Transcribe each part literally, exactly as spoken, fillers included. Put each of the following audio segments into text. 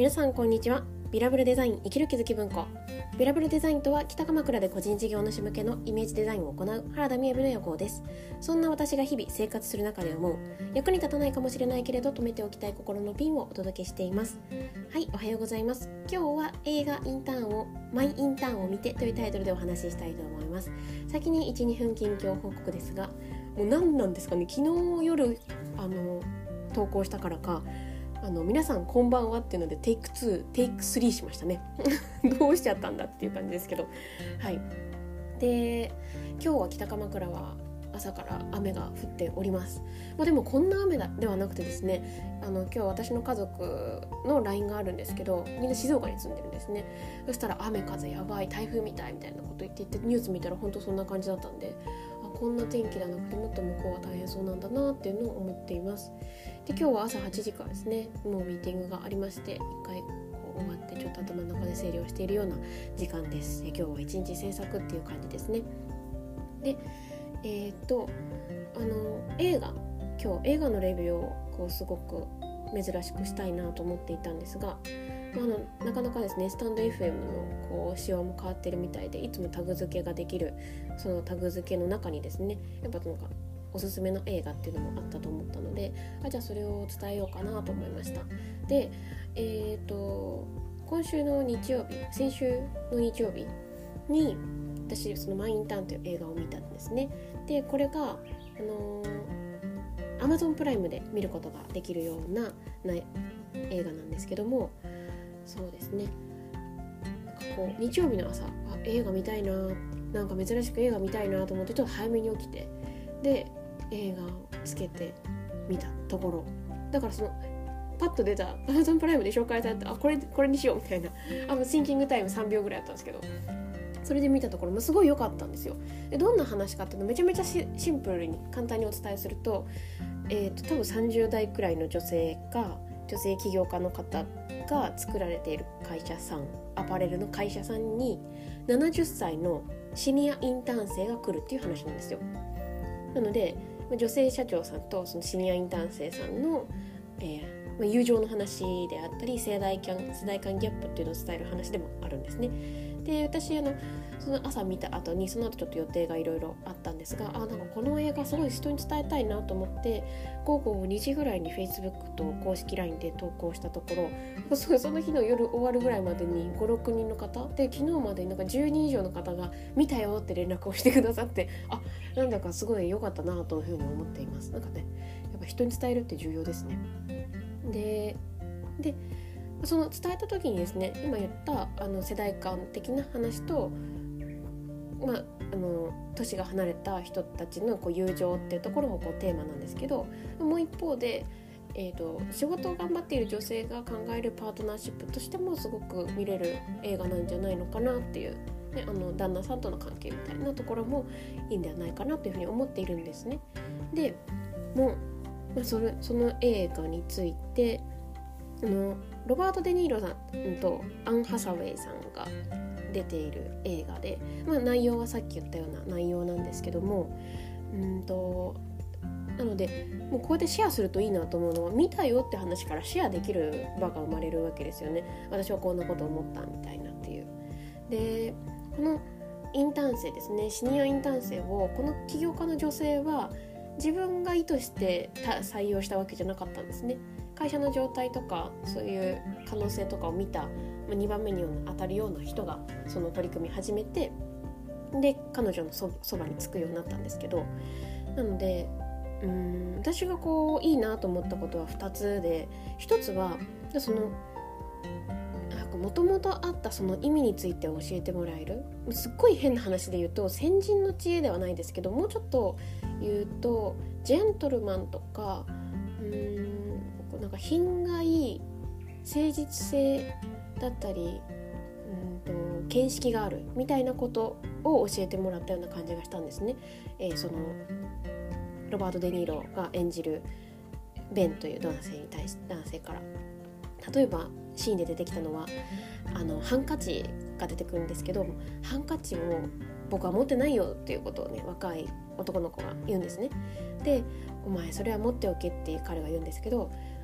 皆さんこんにちは。ビラブルデザイン生きる気づき文庫。ビラブルデザインとは北鎌倉で個人事業主向けのイメージデザインを行う原田美恵の予行です。そんな私が日々生活する中で思う役に立たないかもしれないけれど止めておきたい心のピンをお届けしています。はい、おはようございます。今日は映画インターンをマイインターンを見てというタイトルでお話ししたいと思います。先に いちにふん近況報告ですが、もう何なんですかね、昨日夜あの投稿したからかあの皆さんこんばんはっていうのでテイクツー、テイクスリーしましたねどうしちゃったんだっていう感じですけど、はい。で、今日は北鎌倉は朝から雨が降っております。まあ、でもこんな雨だではなくてですね、あの今日私の家族の ライン があるんですけど、みんな静岡に住んでるんですね。そしたら雨風やばい、台風みたいみたいなこと言っていて、ニュース見たら本当そんな感じだったんで、あ、こんな天気だなくてもっと向こうは大変そうなんだなっていうのを思っています。で、今日は朝はちじからですね、もうミーティングがありまして、一回こう終わってちょっと頭の中で整理をしているような時間です。で、今日は一日制作っていう感じですね。で、えー、っとあの映画今日映画のレビューをこうすごく珍しくしたいなと思っていたんですが、まあ、あのなかなかですねスタンド エフエム のこう仕様も変わってるみたいで、いつもタグ付けができるそのタグ付けの中にですね、やっぱなんかおすすめの映画っていうのもあったと思ったので、あじゃあそれを伝えようかなと思いました。で、えー、と今週の日曜日先週の日曜日に私そのマイインターンという映画を見たんですね。で、これがあのー、Amazon プライムで見ることができるような、な映画なんですけども、そうですね、なんかこう日曜日の朝、あ映画見たいな、なんか珍しく映画見たいなと思ってちょっと早めに起きて、で映画をつけて見たところ、だからそのパッと出た Amazon プライムで紹介された、あこれこれにしようみたいな、あのシンキングタイムさんびょうぐらいあったんですけど、それで見たところもすごい良かったんですよ。で、どんな話かっていうのをめちゃめちゃシンプルに簡単にお伝えすると、えーと、多分さんじゅう代くらいの女性が女性起業家の方が作られている会社さん、アパレルの会社さんにななじゅっさいのシニアインターン生が来るっていう話なんですよ。なので女性社長さんとそのシニアインターン生さんの、えー、友情の話であったり、世代間世代間ギャップっていうのを伝える話でもあるんですね。で、私あのその朝見た後にその後ちょっと予定がいろいろあったんですが、あなんかこの映画すごい人に伝えたいなと思って午後にじぐらいに Facebook と公式 ライン で投稿したところ、その日の夜終わるぐらいまでにご、ろくにんの方で、昨日までになんかじゅうにん以上の方が見たよって連絡をしてくださって、あなんだかすごい良かったなというふうに思っています。なんかね、やっぱ人に伝えるって重要ですね。ででその伝えた時にですね、今言ったあの世代間的な話と、まあ、あの年が離れた人たちのこう友情っていうところがこうテーマなんですけど、もう一方で、えーと、仕事を頑張っている女性が考えるパートナーシップとしてもすごく見れる映画なんじゃないのかなっていう、ね、あの旦那さんとの関係みたいなところもいいんではないかなというふうに思っているんですね。でもう、まあ、それその映画についてあのロバート・デ・ニーロさんとアン・ハサウェイさんが出ている映画で、まあ、内容はさっき言ったような内容なんですけども、うんとなのでもうこうやってシェアするといいなと思うのは、見たよって話からシェアできる場が生まれるわけですよね。私はこんなこと思ったみたいなっていう。で、このインターン生ですね、シニアインターン生をこの起業家の女性は自分が意図して採用したわけじゃなかったんですね。会社の状態とかそういう可能性とかを見たにばんめに当たるような人がその取り組み始めて、で彼女の そ, そばにつくようになったんですけど、なのでうーん私がこういいなと思ったことはふたつで、ひとつはそのもともとあったその意味について教えてもらえる、すっごい変な話で言うと先人の知恵ではないですけど、もうちょっと言うとジェントルマンとかうーんなんか品がいい誠実性だったり、うんと見識があるみたいなことを教えてもらったような感じがしたんですね。えー、そのロバート・デ・ニーロが演じるベンという男性に対し男性から、例えばシーンで出てきたのはあのハンカチが出てくるんですけど、ハンカチを僕は持ってないよっていうことをね、若い男の子が言うんですね。で、お前それは持っておけって彼が言うんですけど、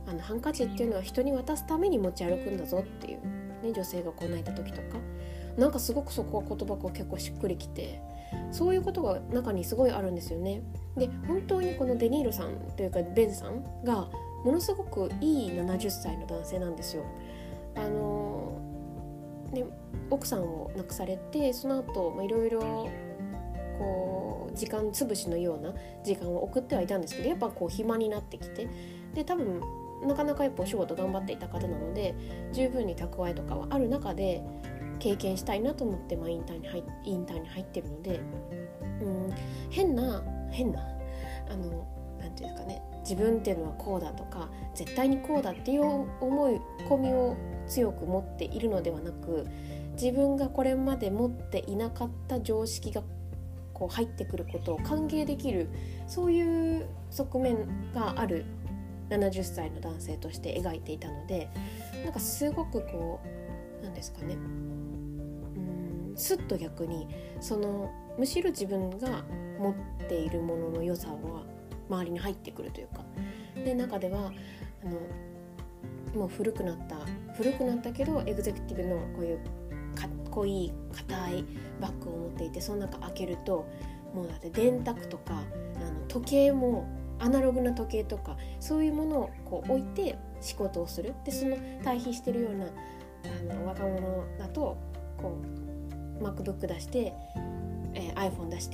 あのハンカチっていうのは人に渡すために持ち歩くんだぞっていう、ね、女性がこう泣いた時とか、なんかすごくそこは言葉が結構しっくりきて、そういうことが中にすごいあるんですよね。で本当にこのデニーロさんというかベンさんがものすごくいいななじゅっさいの男性なんですよ。あのーね、奥さんを亡くされて、その後いろいろこう時間つぶしのような時間を送ってはいたんですけど、やっぱこう暇になってきて、で多分なかなかやっぱお仕事頑張っていた方なので、十分に蓄えとかはある中で経験したいなと思って、まあ、インターに入インターに入ってるので、うん、変な変なあのなんていうんですかね、自分っていうのはこうだとか絶対にこうだっていう思い込みを強く持っているのではなく、自分がこれまで持っていなかった常識がこう入ってくることを歓迎できる、そういう側面があるななじゅっさいの男性として描いていたので、なんかすごくこうなんですかね、うーんスッと逆にそのむしろ自分が持っているものの良さは周りに入ってくるというか、で中ではあのもう古くなった古くなったけどエグゼクティブのこういうかっこいい硬いバッグを持っていて、その中開けるともうだって電卓とかあの時計もアナログな時計とかそういうものをこう置いて仕事をする。でその対比してるようなあの若者だとこう MacBook 出して、えー、iPhone 出して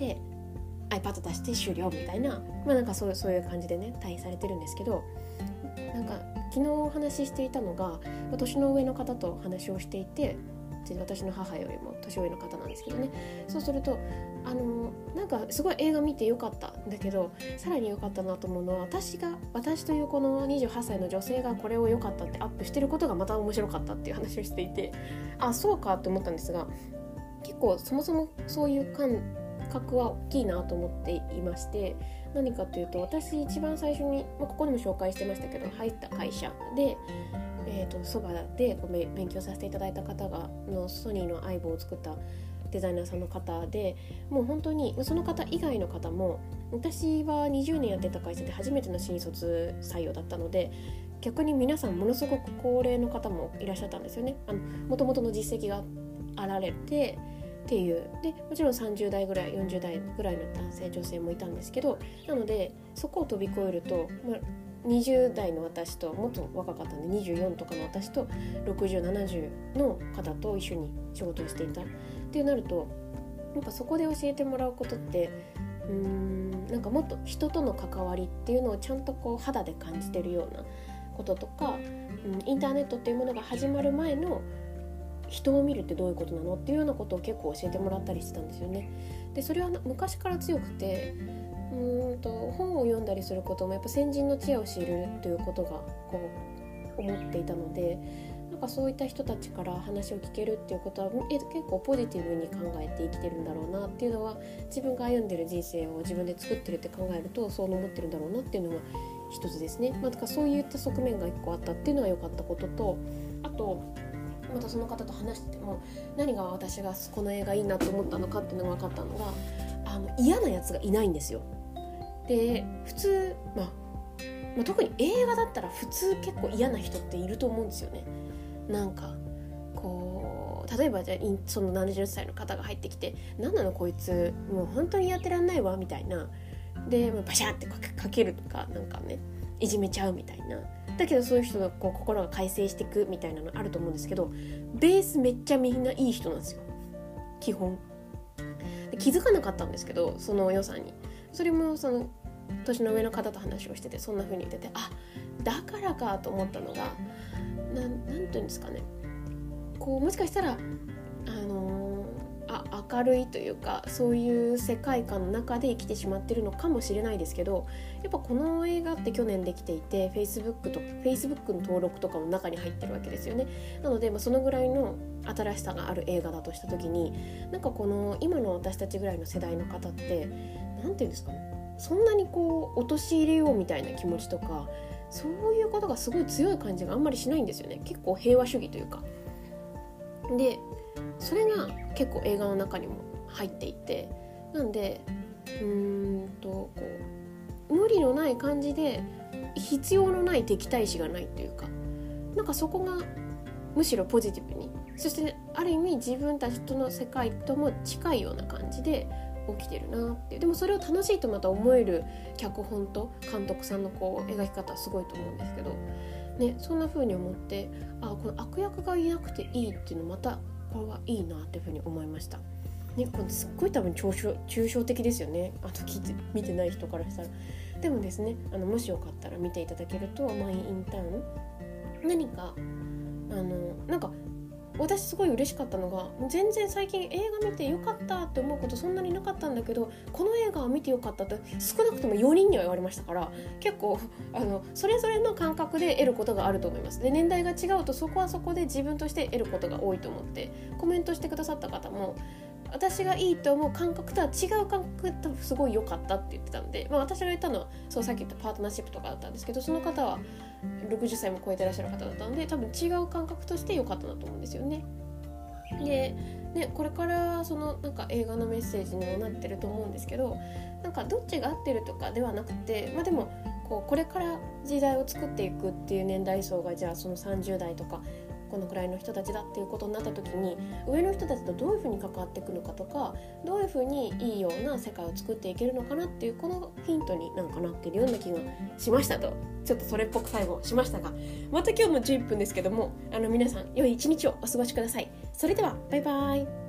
iPad 出して終了みたいな、まあなんかそう、そういう感じでね対比されてるんですけど、なんか昨日お話ししていたのが年の上の方と話をしていて、私の母よりも年上の方なんですけどね、そうするとあのなんかすごい映画見てよかったんだけど、さらによかったなと思うのは、私が私というこのにじゅうはっさいの女性がこれを良かったってアップしてることがまた面白かったっていう話をしていて、あそうかって思ったんですが、結構そもそもそういう感覚は大きいなと思っていまして、何かというと、私一番最初に、まあ、ここでも紹介してましたけど入った会社でえー、とそばでこう勉強させていただいた方がのソニーのアイボを作ったデザイナーさんの方で、もう本当にその方以外の方も、私はにじゅうねんやってた会社で初めての新卒採用だったので、逆に皆さんものすごく高齢の方もいらっしゃったんですよね。あの元々の実績があられてっていう、でもちろんさんじゅう代ぐらいよんじゅう代ぐらいの男性女性もいたんですけど、なのでそこを飛び越えると、まあにじゅう代の私ともっと若かったんでにじゅうよんとかの私とろくじゅう、ななじゅうの方と一緒に仕事をしていたってなると、やっぱそこで教えてもらうことってうーんなんかもっと人との関わりっていうのをちゃんとこう肌で感じてるようなこととか、うん、インターネットっていうものが始まる前の人を見るってどういうことなのっていうようなことを結構教えてもらったりしてたんですよね。でそれは昔から強くて、うーんと本を読んだりすることもやっぱ先人の知恵を知るということがこう思っていたので、なんかそういった人たちから話を聞けるっていうことはえ結構ポジティブに考えて生きてるんだろうなっていうのは、自分が歩んでる人生を自分で作ってるって考えるとそう思ってるんだろうなっていうのが一つですね。まあ、だからそういった側面が一個あったっていうのは良かったことと、あとまたその方と話してても何が私がこの映画いいなと思ったのかっていうのが分かったのが、あの嫌なやつがいないんですよ。で普通、まあまあ、特に映画だったら普通結構嫌な人っていると思うんですよね。なんかこう例えばじゃあそのななじゅっさいの方が入ってきて、何なのこいつもう本当にやってらんないわみたいな、でバシャーってかけるとかなんかねいじめちゃうみたいな、だけどそういう人のこう心が改正していくみたいなのあると思うんですけど、ベースめっちゃみんないい人なんですよ基本。で気づかなかったんですけど、その良さに。それもその年の上の方と話をしててそんな風に言ってて、あだからかと思ったのが、な ん, なんていうんですかね、こうもしかしたらあのー、あ明るいというかそういう世界観の中で生きてしまってるのかもしれないですけど、やっぱこの映画って去年できていて Facebook と Facebook の登録とかも中に入ってるわけですよね。なので、まあ、そのぐらいの新しさがある映画だとした時に、なんかこの今の私たちぐらいの世代の方ってなんていうんですかね、そんなにこう陥れようみたいな気持ちとかそういうことがすごい強い感じがあんまりしないんですよね。結構平和主義というかで、それが結構映画の中にも入っていて、なんでうーんとこう無理のない感じで必要のない敵対視がないというか、なんかそこがむしろポジティブに、そしてある意味自分たちとの世界とも近いような感じで起きてるなって。でもそれを楽しいとまた思える脚本と監督さんのこう描き方はすごいと思うんですけどね、そんな風に思って、あ、この悪役がいなくていいっていうのまたこれはいいなっていう風に思いましたね。これすっごい多分抽象、抽象的ですよね、あと聞いて見てない人からしたら。でもですね、あのもしよかったら見ていただけると、マイ・インターン、何かあのなんか私すごい嬉しかったのが、全然最近映画見てよかったって思うことそんなになかったんだけど、この映画を見てよかったって少なくともよにんには言われましたから、結構あのそれぞれの感覚で得ることがあると思います。で、年代が違うとそこはそこで自分として得ることが多いと思ってコメントしてくださった方も、私がいいと思う感覚とは違う感覚ですごい良かったって言ってたんで、まあ、私が言ったのはそうさっき言ったパートナーシップとかだったんですけど、その方はろくじゅっさいも超えてらっしゃる方だったので、多分違う感覚として良かったなと思うんですよね。で、ね、これからそのなんか映画のメッセージにもなってると思うんですけど、なんかどっちが合ってるとかではなくて、まあでもこうこれから時代を作っていくっていう年代層が、じゃあそのさんじゅう代とかこのくらいの人たちだっていうことになった時に、上の人たちとどういうふうに関わっていくのかとか、どういうふうにいいような世界を作っていけるのかなっていう、このヒントになんかなってるような気がしましたと、ちょっとそれっぽく最後しましたが、また今日もじゅっぷんですけども、あの皆さん良い一日をお過ごしください。それではバイバイ。